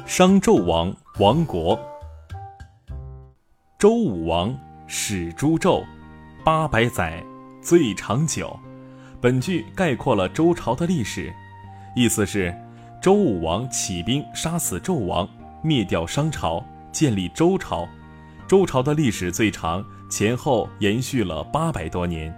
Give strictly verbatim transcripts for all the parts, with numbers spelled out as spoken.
商纣王亡国。周武王始诛纣，八百载，最长久。本句概括了周朝的历史，意思是周武王起兵杀死纣王，灭掉商朝，建立周朝。周朝的历史最长，前后延续了八百多年。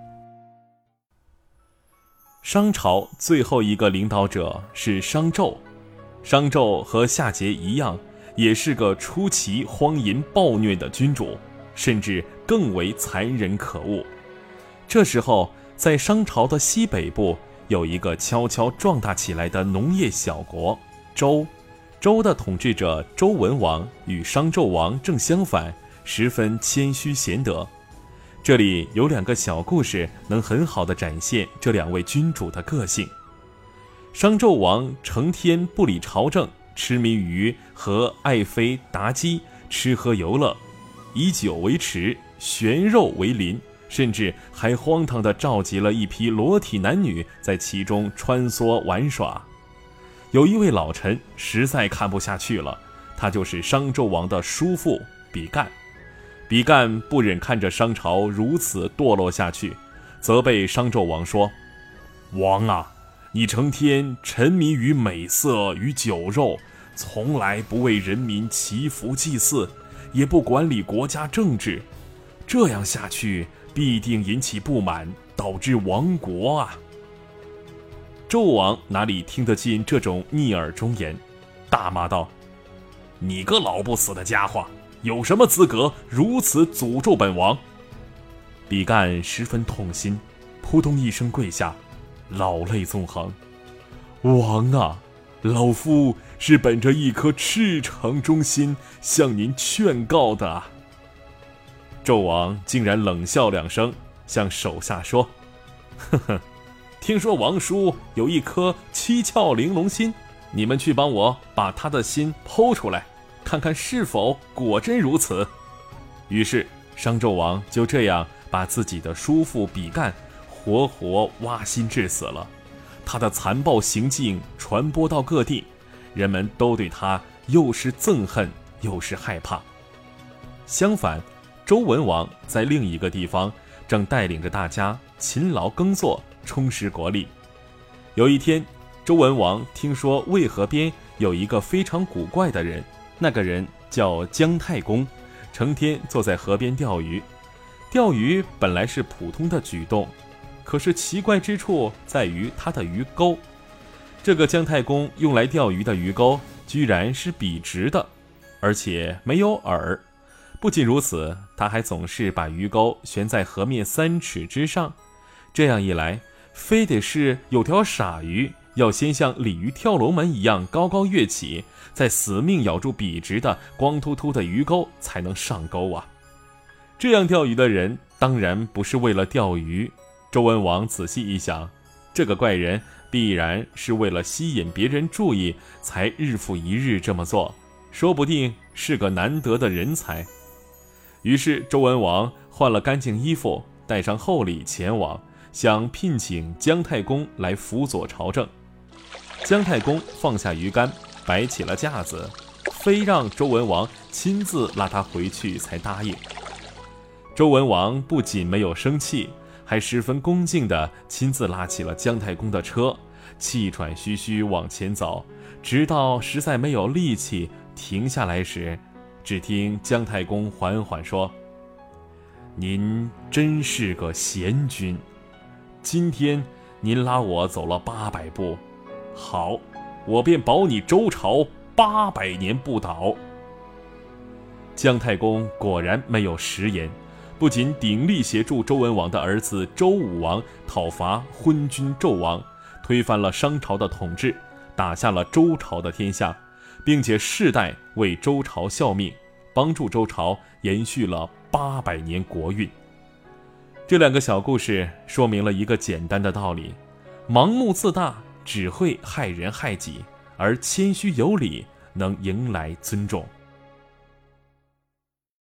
商朝最后一个领导者是商纣，商纣和夏桀一样，也是个出奇荒淫暴虐的君主，甚至更为残忍可恶。这时候，在商朝的西北部有一个悄悄壮大起来的农业小国周。周的统治者周文王与商纣王正相反，十分谦虚贤德。这里有两个小故事能很好地展现这两位君主的个性。商纣王成天不理朝政，痴迷于和爱妃妲己吃喝游乐，以酒为池，悬肉为鳞，甚至还荒唐地召集了一批裸体男女在其中穿梭玩耍。有一位老臣实在看不下去了，他就是商纣王的叔父比干。比干不忍看着商朝如此堕落下去，责备商纣王说：王啊，你成天沉迷于美色与酒肉，从来不为人民祈福祭祀，也不管理国家政治，这样下去必定引起不满，导致亡国啊！纣王哪里听得进这种逆耳忠言，大骂道：你个老不死的家伙，有什么资格如此诅咒本王？比干十分痛心，扑通一声跪下，老泪纵横。王啊，老夫是本着一颗赤诚忠心向您劝告的啊！纣王竟然冷笑两声，向手下说：呵呵，听说王叔有一颗七窍玲珑心，你们去帮我把他的心剖出来，看看是否果真如此。于是商纣王就这样把自己的叔父比干活活挖心致死了。他的残暴行径传播到各地，人们都对他又是憎恨又是害怕。相反，周文王在另一个地方正带领着大家勤劳耕作，充实国力。有一天，周文王听说渭河边有一个非常古怪的人，那个人叫姜太公，成天坐在河边钓鱼。钓鱼本来是普通的举动，可是奇怪之处在于他的鱼钩。这个姜太公用来钓鱼的鱼钩居然是笔直的，而且没有饵。不仅如此，他还总是把鱼钩悬在河面三尺之上。这样一来，非得是有条傻鱼要先像鲤鱼跳龙门一样高高跃起，再死命咬住笔直的光秃秃的鱼钩才能上钩啊！这样钓鱼的人当然不是为了钓鱼。周文王仔细一想，这个怪人必然是为了吸引别人注意，才日复一日这么做，说不定是个难得的人才。于是周文王换了干净衣服，带上厚礼前往，想聘请姜太公来辅佐朝政。姜太公放下鱼竿，摆起了架子，非让周文王亲自拉他回去才答应。周文王不仅没有生气，还十分恭敬地亲自拉起了姜太公的车，气喘吁吁往前走，直到实在没有力气停下来时，只听姜太公缓缓说：您真是个贤君，今天您拉我走了八百步，好，我便保你周朝八百年不倒。姜太公果然没有食言，不仅鼎力协助周文王的儿子周武王讨伐昏君纣王，推翻了商朝的统治，打下了周朝的天下，并且世代为周朝效命，帮助周朝延续了八百年国运。这两个小故事说明了一个简单的道理：盲目自大只会害人害己，而谦虚有礼能迎来尊重。